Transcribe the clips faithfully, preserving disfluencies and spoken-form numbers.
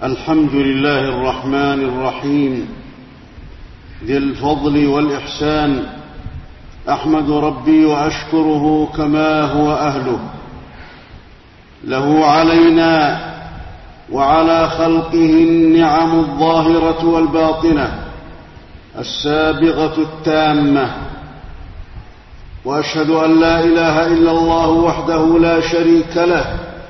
الحمد لله الرحمن الرحيم ذي الفضل والإحسان، أحمد ربي وأشكره كما هو أهله، له علينا وعلى خلقه النعم الظاهرة والباطنة السابغة التامة، وأشهد أن لا إله إلا الله وحده لا شريك له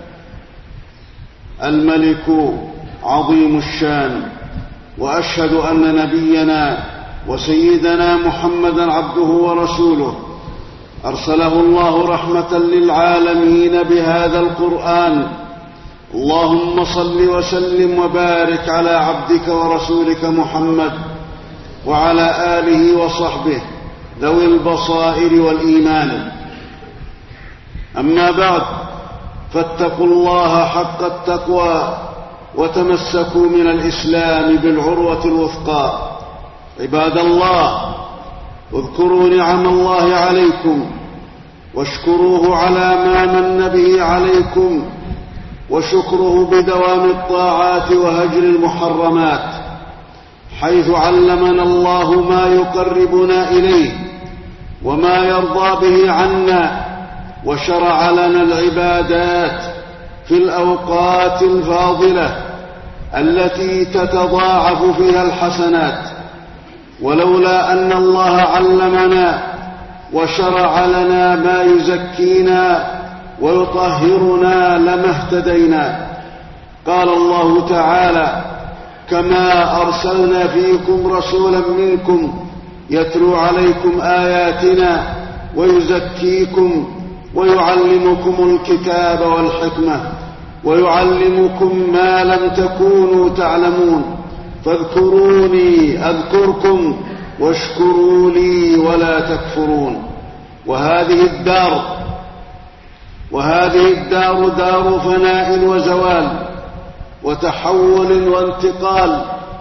الملك عظيم الشان، وأشهد أن نبينا وسيدنا محمدًا عبده ورسوله أرسله الله رحمة للعالمين بهذا القرآن. اللهم صل وسلم وبارك على عبدك ورسولك محمد وعلى آله وصحبه ذوي البصائر والإيمان. أما بعد، فاتقوا الله حق التقوى وتمسكوا من الإسلام بالعروة الوثقى. عباد الله، اذكروا نعم الله عليكم واشكروه على ما من به عليكم، وشكره بدوام الطاعات وهجر المحرمات، حيث علمنا الله ما يقربنا إليه وما يرضى به عنا، وشرع لنا العبادات في الأوقات الفاضلة التي تتضاعف فيها الحسنات. ولولا أن الله علمنا وشرع لنا ما يزكينا ويطهرنا لما اهتدينا. قال الله تعالى: كما أرسلنا فيكم رسولا منكم يتلو عليكم آياتنا ويزكيكم ويعلمكم الكتاب والحكمة ويعلمكم ما لم تكونوا تعلمون، فاذكروني أذكركم واشكروا لي ولا تكفرون. وهذه الدار وهذه الدار دار فناء وزوال وتحول وانتقال،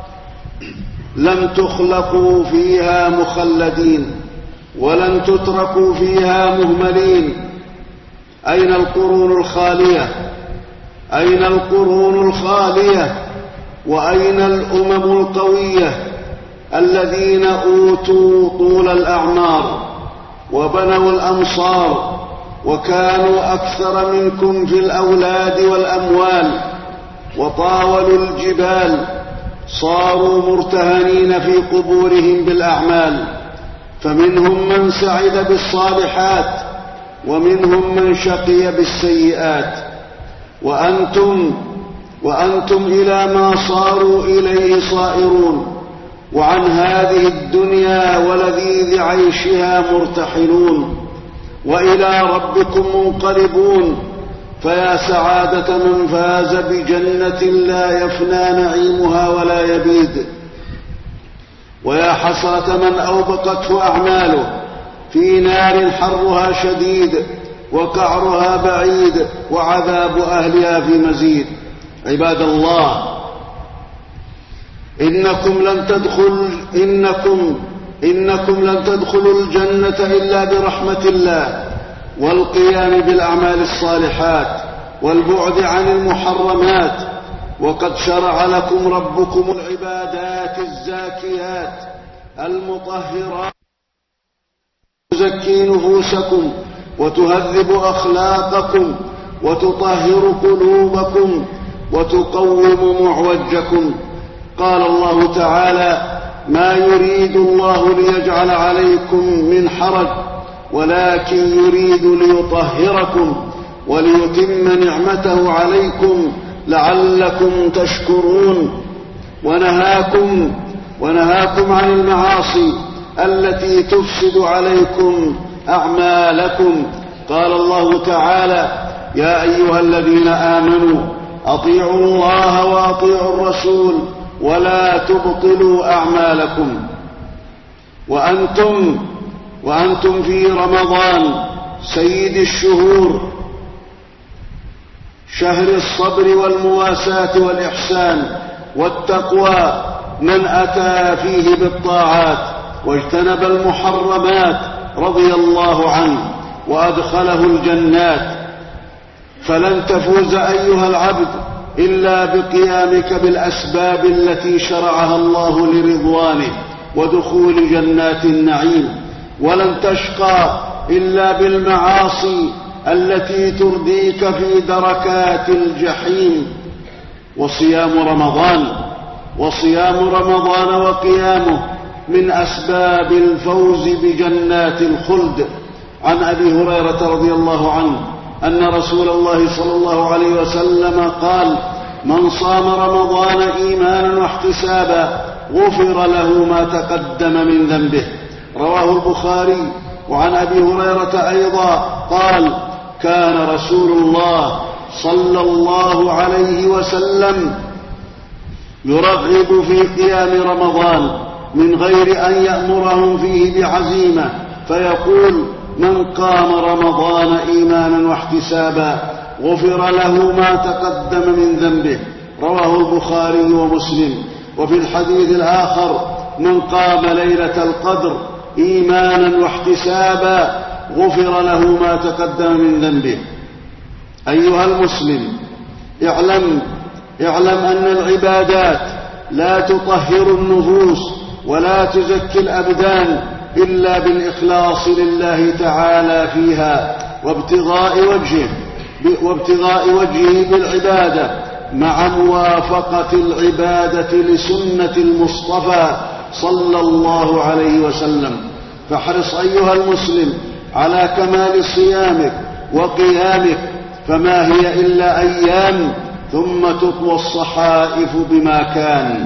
لم تخلقوا فيها مخلدين ولن تتركوا فيها مهملين. أين القرون الخالية؟ أين القرون الخالية؟ وأين الأمم القوية الذين أوتوا طول الأعمار وبنوا الأمصار وكانوا أكثر منكم في الأولاد والأموال وطاولوا الجبال؟ صاروا مرتهنين في قبورهم بالأعمال، فمنهم من سعد بالصالحات ومنهم من شقي بالسيئات. وأنتم وأنتم إلى ما صاروا إليه صائرون، وعن هذه الدنيا ولذيذ عيشها مرتحلون، وإلى ربكم منقلبون. فيا سعادة من فاز بجنة لا يفنى نعيمها ولا يبيد، ويا حسرة من أوبقته أعماله في نار حرها شديد وقعرها بعيد وعذاب أهلها في مزيد. عباد الله، إنكم لن تدخل إنكم إنكم لن تدخلوا الجنة إلا برحمة الله والقيام بالأعمال الصالحات والبعد عن المحرمات. وقد شرع لكم ربكم العبادات الزاكيات المطهرات تزكي نفوسكم وتهذب أخلاقكم وتطهر قلوبكم وتقوم معوجكم. قال الله تعالى: ما يريد الله ليجعل عليكم من حرج ولكن يريد ليطهركم وليتم نعمته عليكم لعلكم تشكرون. ونهاكم ونهاكم عن المعاصي التي تفسد عليكم أعمالكم. قال الله تعالى: يا أيها الذين آمنوا أطيعوا الله وأطيعوا الرسول ولا تبطلوا أعمالكم. وأنتم وأنتم في رمضان سيد الشهور، شهر الصبر والمواساة والإحسان والتقوى، من أتى فيه بالطاعات واجتنب المحرمات رضي الله عنه وأدخله الجنات. فلن تفوز أيها العبد إلا بقيامك بالأسباب التي شرعها الله لرضوانه ودخول جنات النعيم، ولن تشقى إلا بالمعاصي التي ترديك في دركات الجحيم. وصيام رمضان وصيام رمضان وقيامه من أسباب الفوز بجنات الخلد. عن أبي هريرة رضي الله عنه أن رسول الله صلى الله عليه وسلم قال: من صام رمضان إيمانا واحتسابا غفر له ما تقدم من ذنبه. رواه البخاري. وعن أبي هريرة أيضا قال: كان رسول الله صلى الله عليه وسلم يرغب في قيام رمضان من غير أن يأمرهم فيه بعزيمة، فيقول: من قام رمضان إيمانا واحتسابا غفر له ما تقدم من ذنبه. رواه البخاري ومسلم. وفي الحديث الآخر: من قام ليلة القدر إيمانا واحتسابا غفر له ما تقدم من ذنبه. أيها المسلم، اعلم اعلم أن العبادات لا تطهر النفوس ولا تزكي الأبدان إلا بالإخلاص لله تعالى فيها وابتغاء وجهه وابتغاء وجهه بالعبادة مع موافقة العبادة لسنة المصطفى صلى الله عليه وسلم. فاحرص أيها المسلم على كمال صيامك وقيامك، فما هي إلا أيام ثم تطوى الصحائف بما كان.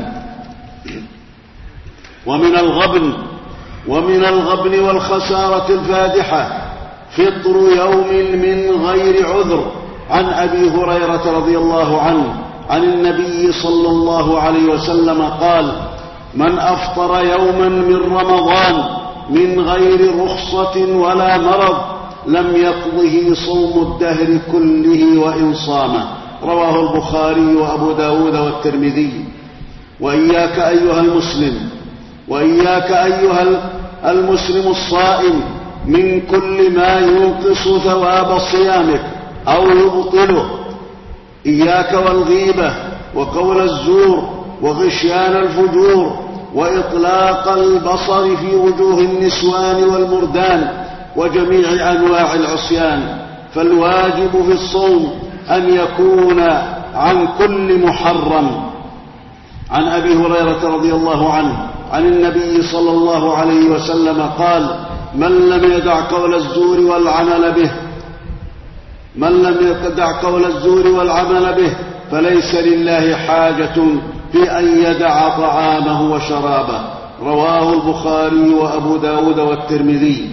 ومن الغبن ومن الغبن والخسارة الفادحة فطر يوم من غير عذر. عن أبي هريرة رضي الله عنه عن النبي صلى الله عليه وسلم قال: من أفطر يوما من رمضان من غير رخصة ولا مرض لم يقضه صوم الدهر كله وإن صامه. رواه البخاري وأبو داود والترمذي. وإياك أيها المسلم وإياك أيها المسلم الصائم من كل ما ينقص ثواب صيامك أو يبطله. إياك والغيبة وقول الزور وغشيان الفجور وإطلاق البصر في وجوه النسوان والمردان وجميع أنواع العصيان. فالواجب في الصوم أن يكون عن كل محرم. عن أبي هريرة رضي الله عنه عن النبي صلى الله عليه وسلم قال: من لم يدع قول الزور والعمل به من لم يدع قول الزور والعمل به فليس لله حاجة في أن يدع طعامه وشرابه. رواه البخاري وأبو داود والترمذي.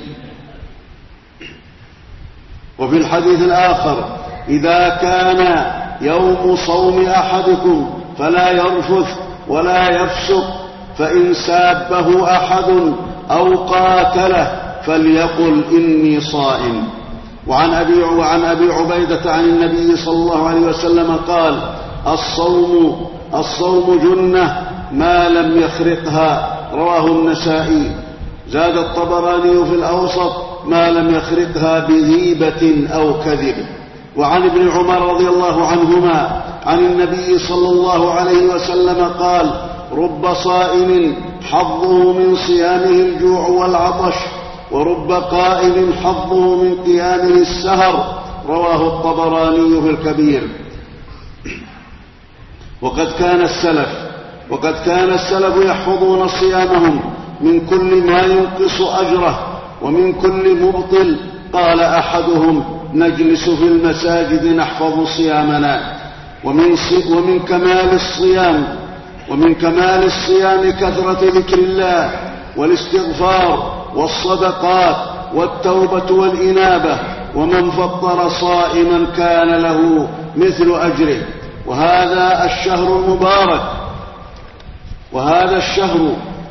وفي الحديث الآخر: إذا كان يوم صوم أحدكم فلا يرفث ولا يفسق، فإن سابه أحد أو قاتله فليقل إني صائم. وعن أبي, وعن أبي عبيدة عن النبي صلى الله عليه وسلم قال: الصوم الصوم جنة ما لم يخرقها. رواه النسائي. زاد الطبراني في الأوسط: ما لم يخرقها بغيبة أو كذب. وعن ابن عمر رضي الله عنهما عن النبي صلى الله عليه وسلم قال: رب صائم حظه من صيامه الجوع والعطش، ورب قائم حظه من قيامه السهر. رواه الطبراني في الكبير. وقد كان السلف وقد كان السلف يحفظون صيامهم من كل ما ينقص أجره ومن كل مبطل. قال أحدهم: نجلس في المساجد نحفظ صيامنا. ومن, ومن كمال الصيام ومن كمال الصيام كثرة ذكر الله والاستغفار والصدقات والتوبة والإنابة. ومن فطر صائما كان له مثل أجره. وهذا الشهر المبارك وهذا الشهر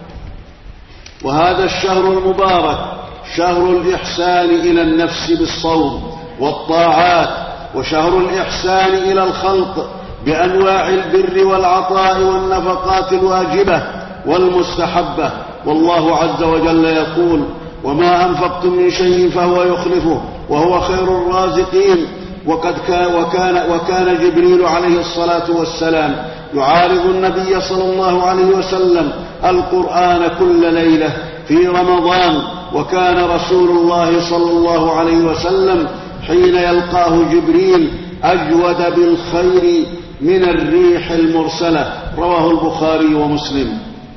وهذا الشهر المبارك شهر الإحسان إلى النفس بالصوم والطاعات، وشهر الإحسان إلى الخلق بأنواع البر والعطاء والنفقات الواجبة والمستحبة. والله عز وجل يقول: وما أنفقتم من شيء فهو يخلفه وهو خير الرازقين. وقد كان وكان, وكان جبريل عليه الصلاة والسلام يعارض النبي صلى الله عليه وسلم القرآن كل ليلة في رمضان، وكان رسول الله صلى الله عليه وسلم حين يلقاه جبريل أجود بالخير من الريح المرسلة، رواه البخاري ومسلم.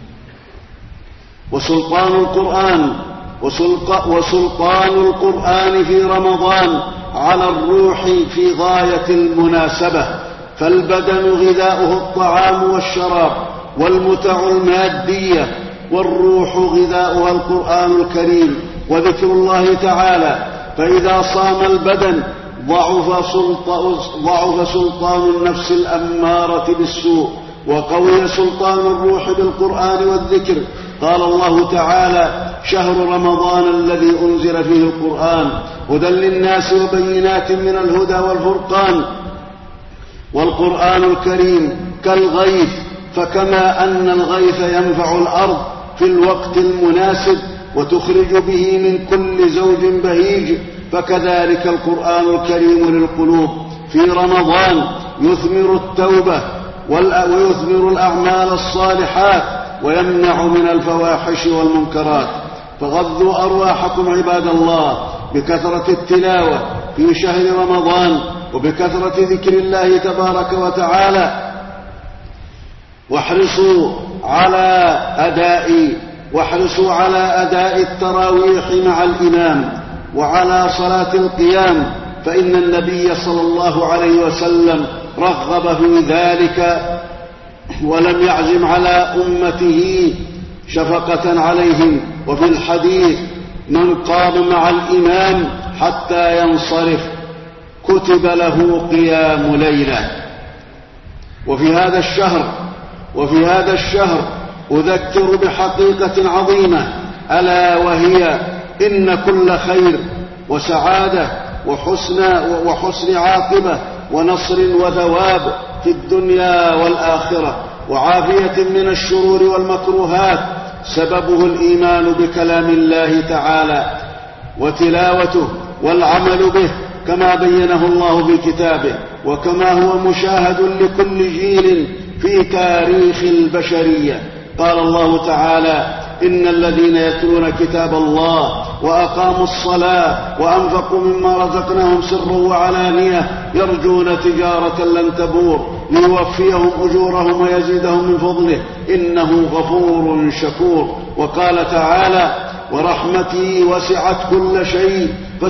وسلطان القرآن وسلطان القرآن في رمضان على الروح في غاية المناسبة، فالبدن غذاؤه الطعام والشراب والمتع المادية، والروح غذاؤها القرآن الكريم وذكر الله تعالى. فإذا صام البدن ضعف سلطان, ضعف سلطان النفس الأمارة بالسوء، وقوي سلطان الروح بالقرآن والذكر. قال الله تعالى: شهر رمضان الذي أنزل فيه القرآن هدى للناس وبينات من الهدى والفرقان. والقرآن الكريم كالغيث، فكما أن الغيث ينفع الأرض في الوقت المناسب وتخرج به من كل زوج بهيج، فكذلك القرآن الكريم للقلوب في رمضان يثمر التوبة ويثمر الأعمال الصالحات ويمنع من الفواحش والمنكرات. فغضوا أرواحكم عباد الله بكثرة التلاوة في شهر رمضان وبكثرة ذكر الله تبارك وتعالى، واحرصوا على أداء واحرصوا على أداء التراويح مع الإمام وعلى صلاة القيام، فإن النبي صلى الله عليه وسلم رغب في ذلك ولم يعزم على أمته شفقة عليهم. وفي الحديث: من قام مع الإمام حتى ينصرف كتب له قيام ليلة. وفي هذا الشهر وفي هذا الشهر أذكر بحقيقة عظيمة، ألا وهي إن كل خير وسعادة وحسن, وحسن عاقبة ونصر وثواب في الدنيا والآخرة وعافية من الشرور والمكروهات سببه الإيمان بكلام الله تعالى وتلاوته والعمل به كما بينه الله في كتابه، وكما هو مشاهد لكل جيل في تاريخ البشرية. قال الله تعالى: إن الذين يتلون كتاب الله وأقاموا الصلاة وأنفقوا مما رزقناهم سرا وعلانية يرجون تجارة لن تبور ليوفيهم أجورهم ويزيدهم من فضله إنه غفور شكور. وقال تعالى: ورحمتي وسعت كل شيء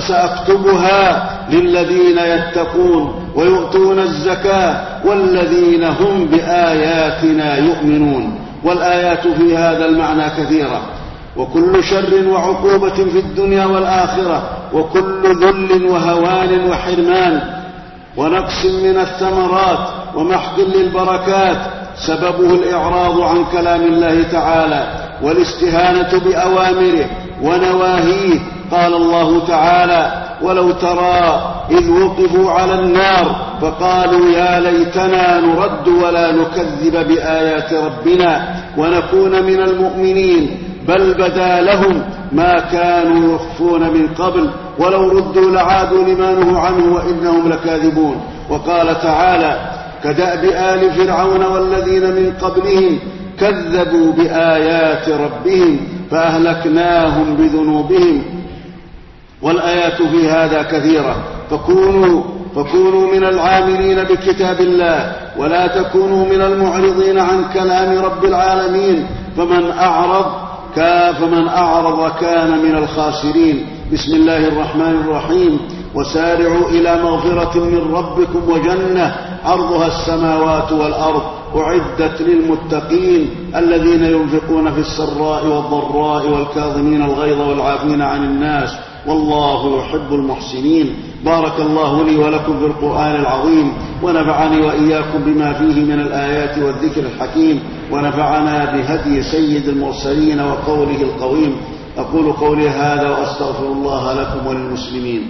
فسأكتبها للذين يتقون ويؤتون الزكاة والذين هم بآياتنا يؤمنون. والآيات في هذا المعنى كثيرة، وكل شر وعقوبة في الدنيا والآخرة، وكل ذل وهوان وحرمان ونقص من الثمرات ومحق للبركات سببه الإعراض عن كلام الله تعالى والاستهانة بأوامره ونواهيه. قال الله تعالى: ولو ترى إذ وقفوا على النار فقالوا يا ليتنا نرد ولا نكذب بآيات ربنا ونكون من المؤمنين بل بدا لهم ما كانوا يخفون من قبل ولو ردوا لعادوا لما نهوا عنه وإنهم لكاذبون. وقال تعالى: كدأب آل فرعون والذين من قبلهم كذبوا بآيات ربهم فأهلكناهم بذنوبهم. والآيات في هذا كثيرة، فكونوا, فكونوا من العاملين بكتاب الله ولا تكونوا من المعرضين عن كلام رب العالمين، فمن أعرض فمن أعرض كان من الخاسرين. بسم الله الرحمن الرحيم: وسارعوا إلى مغفرة من ربكم وجنة عرضها السماوات والأرض أعدت للمتقين الذين ينفقون في السراء والضراء والكاظمين الغيظ والعافين عن الناس والله يحب المحسنين. بارك الله لي ولكم في القرآن العظيم، ونفعني وإياكم بما فيه من الآيات والذكر الحكيم، ونفعنا بهدي سيد المرسلين وقوله القويم. أقول قولي هذا وأستغفر الله لكم وللمسلمين.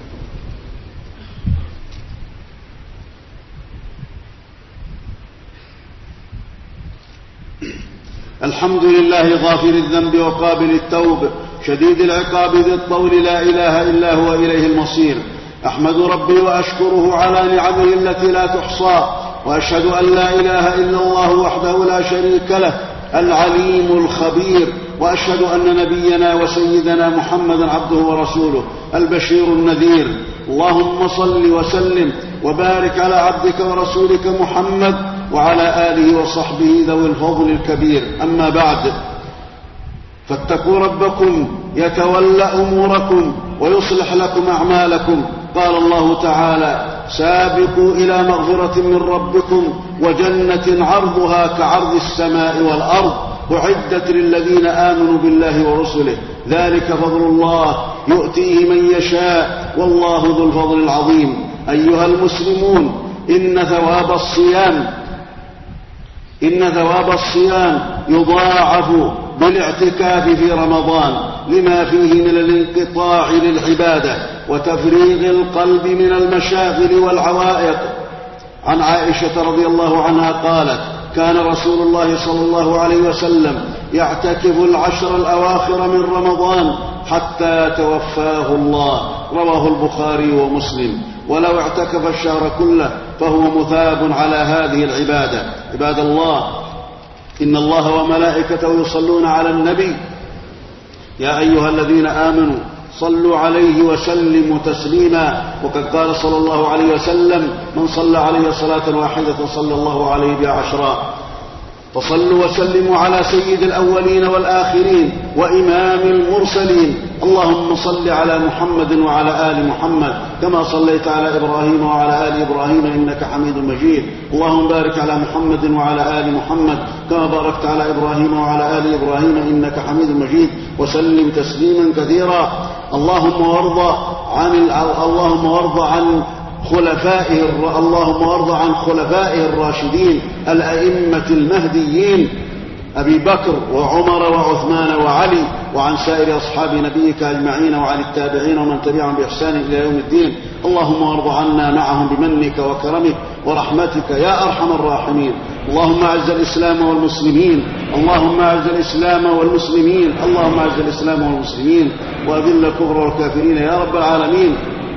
الحمد لله غافر الذنب وقابل التوب شديد العقاب ذي الطول لا إله إلا هو إليه المصير. أحمد ربي وأشكره على نعمه التي لا تحصى، وأشهد أن لا إله إلا الله وحده لا شريك له العليم الخبير، وأشهد أن نبينا وسيدنا محمدا عبده ورسوله البشير النذير. اللهم صل وسلم وبارك على عبدك ورسولك محمد وعلى آله وصحبه ذوي الفضل الكبير. أما بعد، فاتقوا ربكم يتولى أموركم ويصلح لكم أعمالكم. قال الله تعالى: سابقوا إلى مغفرة من ربكم وجنة عرضها كعرض السماء والأرض أعدت للذين آمنوا بالله ورسله ذلك فضل الله يؤتيه من يشاء والله ذو الفضل العظيم. أيها المسلمون، إن ثواب الصيام إن ثواب الصيام يضاعف بالاعتكاف في رمضان لما فيه من الانقطاع للعبادة وتفريغ القلب من المشاغل والعوائق. عن عائشة رضي الله عنها قالت: كان رسول الله صلى الله عليه وسلم يعتكف العشر الأواخر من رمضان حتى توفاه الله. رواه البخاري ومسلم. ولو اعتكف الشهر كله فهو مثاب على هذه العبادة. عباد الله، إن الله وملائكته يصلون على النبي يا أيها الذين آمنوا صلوا عليه وسلموا تسليما. وقد قال صلى الله عليه وسلم: من صلى عليه صلاة واحدة صلى الله عليه بها عشرا. فصلوا وسلموا على سيد الأولين والآخرين وإمام المرسلين. اللهم صل على محمد وعلى آل محمد كما صليت على إبراهيم وعلى آل إبراهيم إنك حميد مجيد. اللهم بارك على محمد وعلى آل محمد كما باركت على إبراهيم وعلى آل إبراهيم إنك حميد مجيد، وسلم تسليما كثيرا. اللهم وارض عن اللهم وارض عن خلفائه اللهم وارض عن خلفائه الراشدين الأئمة المهديين أبي بكر وعمر وعثمان وعلي، وعن سائر أصحاب نبيك أجمعين، وعن التابعين ومن تبعهم بإحسان إلى يوم الدين. اللهم وارض عنا معهم بمنك وكرمك ورحمتك يا أرحم الراحمين. اللهم أعز الإسلام والمسلمين اللهم أعز الإسلام والمسلمين اللهم أعز الإسلام والمسلمين وأذل الكفر والكافرين يا رب العالمين.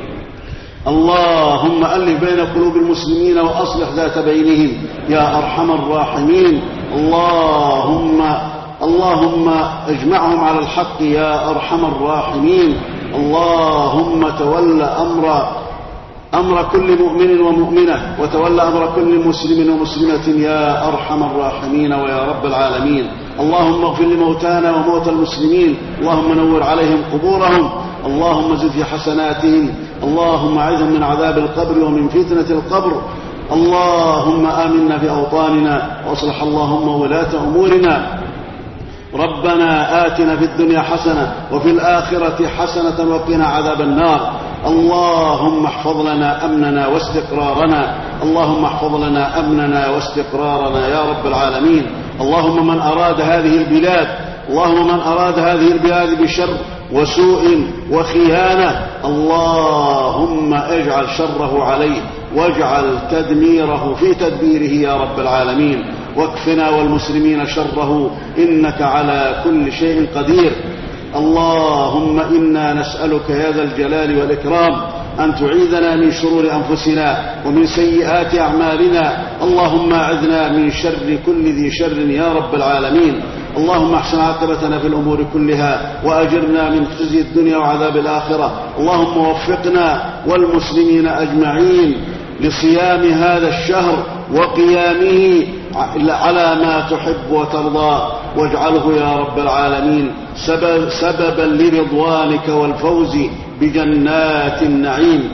اللهم ألف بين قلوب المسلمين وأصلح ذات بينهم يا أرحم الراحمين. اللهم اللهم اجمعهم على الحق يا أرحم الراحمين. اللهم تول أمر أمر كل مؤمن ومؤمنة وتولى أمر كل مسلم ومسلمة يا أرحم الراحمين ويا رب العالمين. اللهم اغفر لموتانا وموتى المسلمين. اللهم نور عليهم قبورهم. اللهم زد في حسناتهم. اللهم أعذهم من عذاب القبر ومن فتنة القبر. اللهم آمنا في أوطاننا وأصلح اللهم ولاة أمورنا. ربنا آتنا في الدنيا حسنة وفي الآخرة حسنة وقنا عذاب النار. اللهم احفظ لنا أمننا واستقرارنا اللهم احفظ لنا أمننا واستقرارنا يا رب العالمين. اللهم من أراد هذه البلاد اللهم من أراد هذه البلاد بشر وسوء وخيانة اللهم اجعل شره عليه واجعل تدميره في تدبيره يا رب العالمين. واكفنا والمسلمين شره إنك على كل شيء قدير. اللهم إنا نسألك يا ذا الجلال والإكرام أن تعيذنا من شرور أنفسنا ومن سيئات أعمالنا. اللهم أعذنا من شر كل ذي شر يا رب العالمين. اللهم احسن عاقبتنا في الأمور كلها وأجرنا من خزي الدنيا وعذاب الآخرة. اللهم وفقنا والمسلمين أجمعين لصيام هذا الشهر وقيامه على ما تحب وترضى، واجعله يا رب العالمين سبب سببا لرضوانك والفوز بجنات النعيم.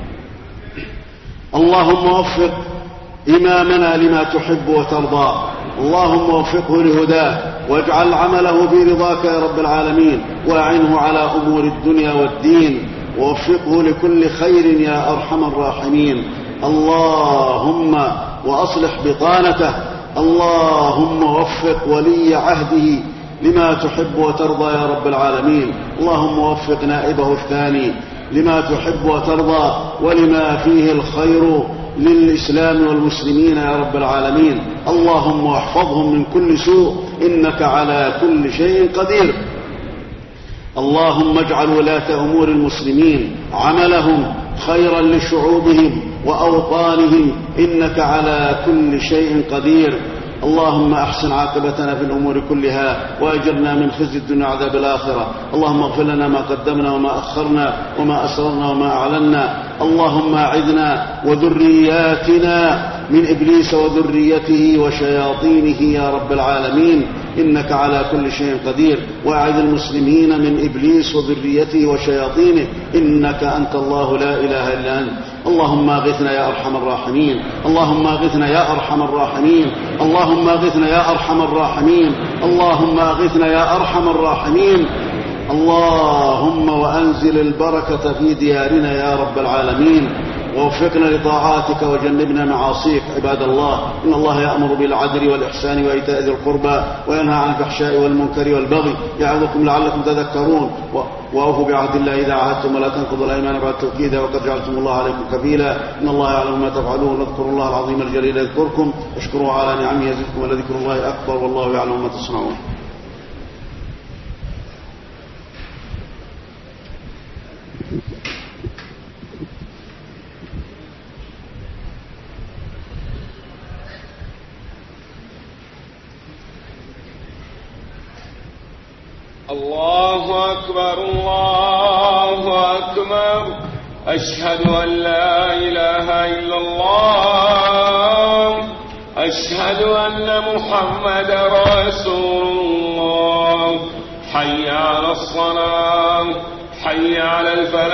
اللهم وفق إمامنا لما تحب وترضى. اللهم وفقه لهداه واجعل عمله برضاك يا رب العالمين، واعنه على أمور الدنيا والدين، ووفقه لكل خير يا أرحم الراحمين. اللهم وأصلح بطانته. اللهم وفق ولي عهده لما تحب وترضى يا رب العالمين. اللهم وفق نائبه الثاني لما تحب وترضى ولما فيه الخير للإسلام والمسلمين يا رب العالمين. اللهم واحفظهم من كل سوء إنك على كل شيء قدير. اللهم اجعل ولاة أمور المسلمين عملهم خيرا لشعوبهم وأوطانهم، إنك على كل شيء قدير. اللهم أحسن عاقبتنا في الأمور كلها وأجرنا من خزي الدنيا وعذاب الآخرة. اللهم اغفر لنا ما قدمنا وما أخرنا وما أسررنا وما أعلنا. اللهم أعذنا وذرياتنا من إبليس وذريته وشياطينه يا رب العالمين، إنك على كل شيء قدير. وأعذ المسلمين من إبليس وذريته وشياطينه، إنك أنت الله لا إله إلا أنت. اللهم اغثنا يا أرحم الراحمين، اللهم اغثنا يا أرحم الراحمين، اللهم اغثنا يا أرحم الراحمين، اللهم اغثنا يا أرحم الراحمين. اللهم وأنزل البركة في ديارنا يا رب العالمين، ووفقنا لطاعاتك وجنبنا معاصيك. عباد الله، إن الله يأمر بالعدل والإحسان وإيتاء ذي القربى وينهى عن الفحشاء والمنكر والبغي يعظكم لعلكم تذكرون. وأوفوا بعهد الله إذا عاهدتم ولا تنقضوا الأيمان بعد توكيدها وقد جعلتم الله عليكم كفيلا. إن الله يعلم ما تفعلون. واذكروا الله العظيم الجليل يذكركم واشكروه على نعمه يزدكم ولذكر الله أكبر والله يعلم ما تصنعون. الله أكبر الله أكبر. أشهد أن لا إله إلا الله. أشهد أن محمد رسول الله. حي على الصلاة، حي على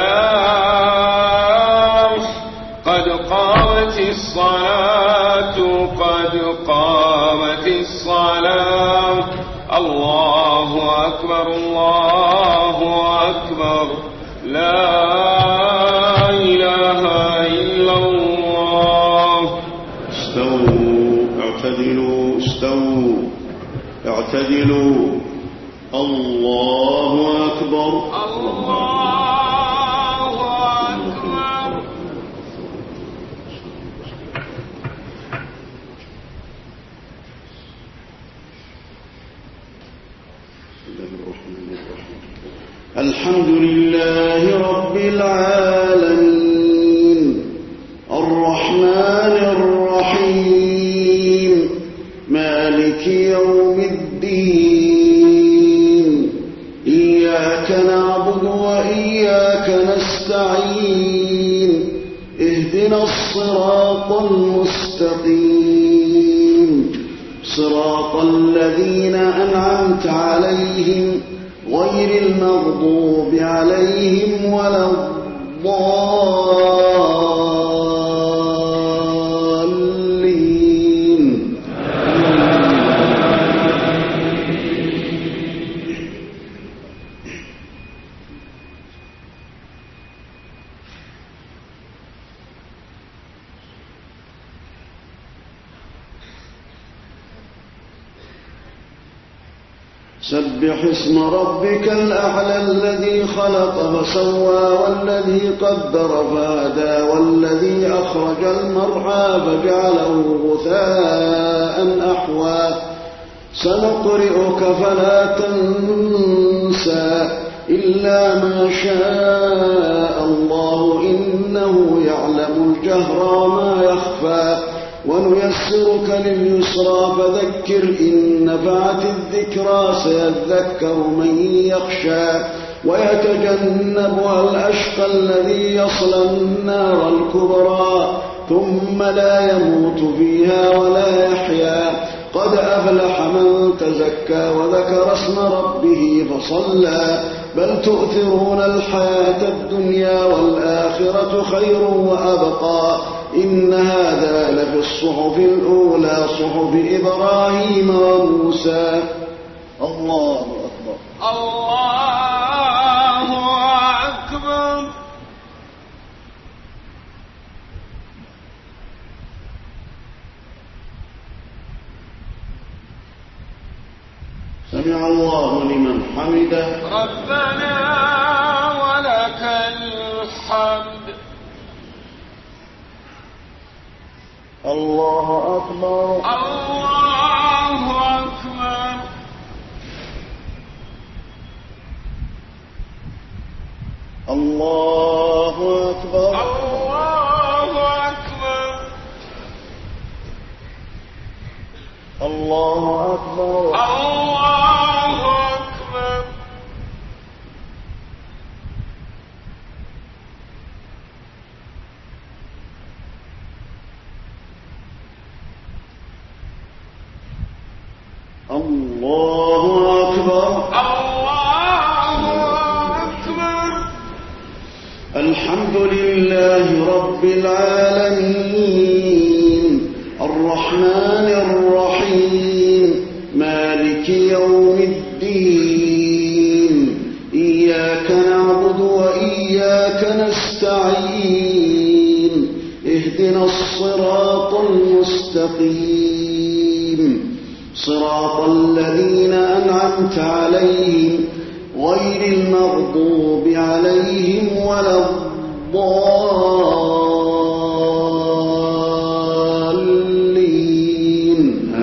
الفلاح. قد قامت الصلاة، قد قامت الصلاة. الله أكبر الله أكبر. لا إله إلا الله. استووا اعتدلوا استووا اعتدلوا. الله أكبر الله أكبر. الحمد لله رب العالمين الرحمن الرحيم مالك يوم الدين. إياك نعبد وإياك نستعين. اهدنا الصراط المستقيم، صراط الذين أنعمت عليهم غير المغضوب عليهم ولا الضالين. سبح اسم ربك الأعلى الذي خلق فسوى والذي قدر فهدى والذي أخرج المرعى فجعله غثاء أحوى. سنقرئك فلا تنسى إلا ما شاء الله إنه يعلم الجهر وما يخفى. ونيسرك لليسرى فذكر إن نفعت الذكرى سيذكر من يخشى ويتجنبها الأشقى الذي يصلى النار الكبرى ثم لا يموت فيها ولا يحيا. قد أفلح من تزكى وذكر اسم ربه فصلى. بل تؤثرون الحياة الدنيا والآخرة خير وأبقى. إن هذا لفي الصحف الأولى صحف إبراهيم وموسى. الله أكبر الله أكبر. سمع الله لمن حمده. ربنا ولك الحمد. الله أكبر الله أكبر. الله أكبر. الله أكبر الله أكبر الله أكبر الله أكبر. الحمد لله رب العالمين الرحمن الرحيم مالك يوم الدين إياك نعبد وإياك نستعين اهدنا الصراط المستقيم صراط الذين أنعمت عليهم غير المغضوب عليهم ولا الضالين.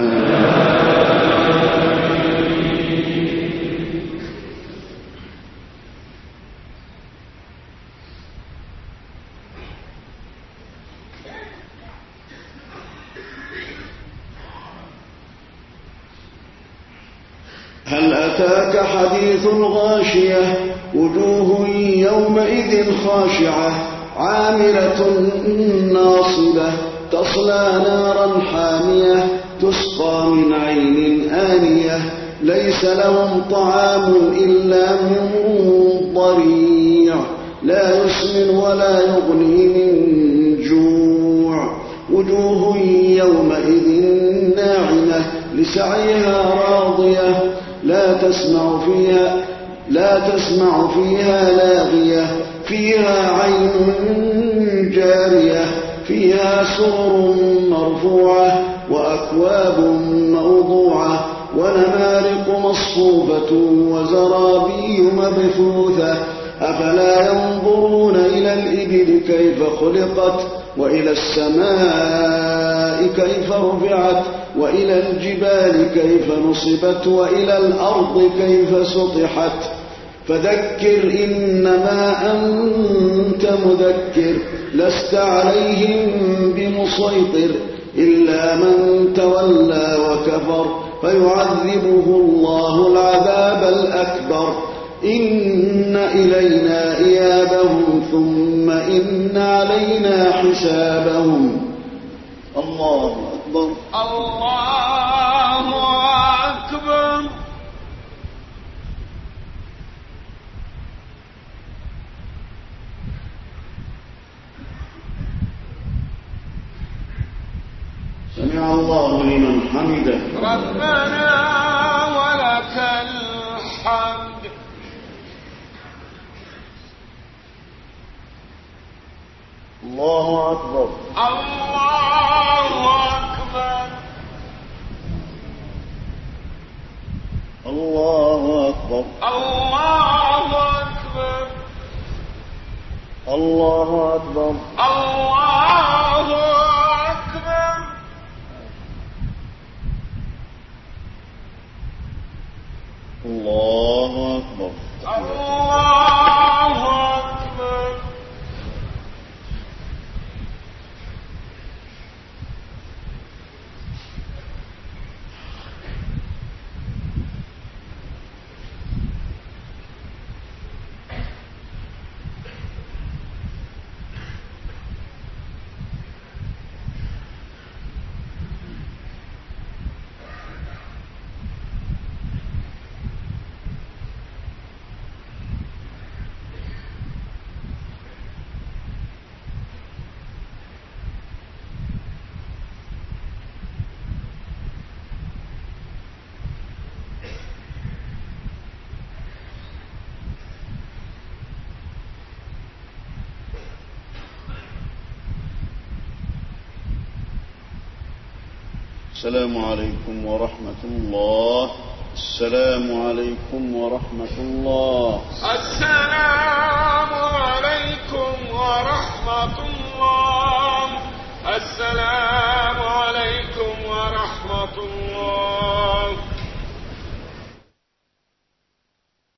هل أتاك حديث الغاشية وجوه يومئذ خاشعة عاملة ناصبة تصلى نارا حامية تسقى من عين آنية ليس لهم طعام إلا من ضريع لا يسمن ولا يغني من جوع وجوه يومئذ ناعمة لسعيها راضية لا تسمع فيها لا تسمع فيها لاغية فيها عين جارية فيها سرر مرفوعة وأكواب موضوعة ونمارق مصفوفة وزرابي مبثوثة أفلا ينظرون إلى الإبل كيف خلقت وإلى السماء كيف رفعت وإلى الجبال كيف نصبت وإلى الأرض كيف سطحت فذكر إنما أنت مذكر لست عليهم بمسيطر إلا من تولى وكفر فيعذبه الله العذاب الأكبر إن إلينا إيابهم ثم إن علينا حسابهم. الله أكبر الله أكبر. سمع الله لمن حمده ربنا ولك الحمد. الله أكبر الله أكبر. الله أكبر الله أكبر. الله أكبر الله أكبر. الله أكبر الله أكبر. السلام عليكم ورحمة الله. السلام عليكم ورحمة الله. السلام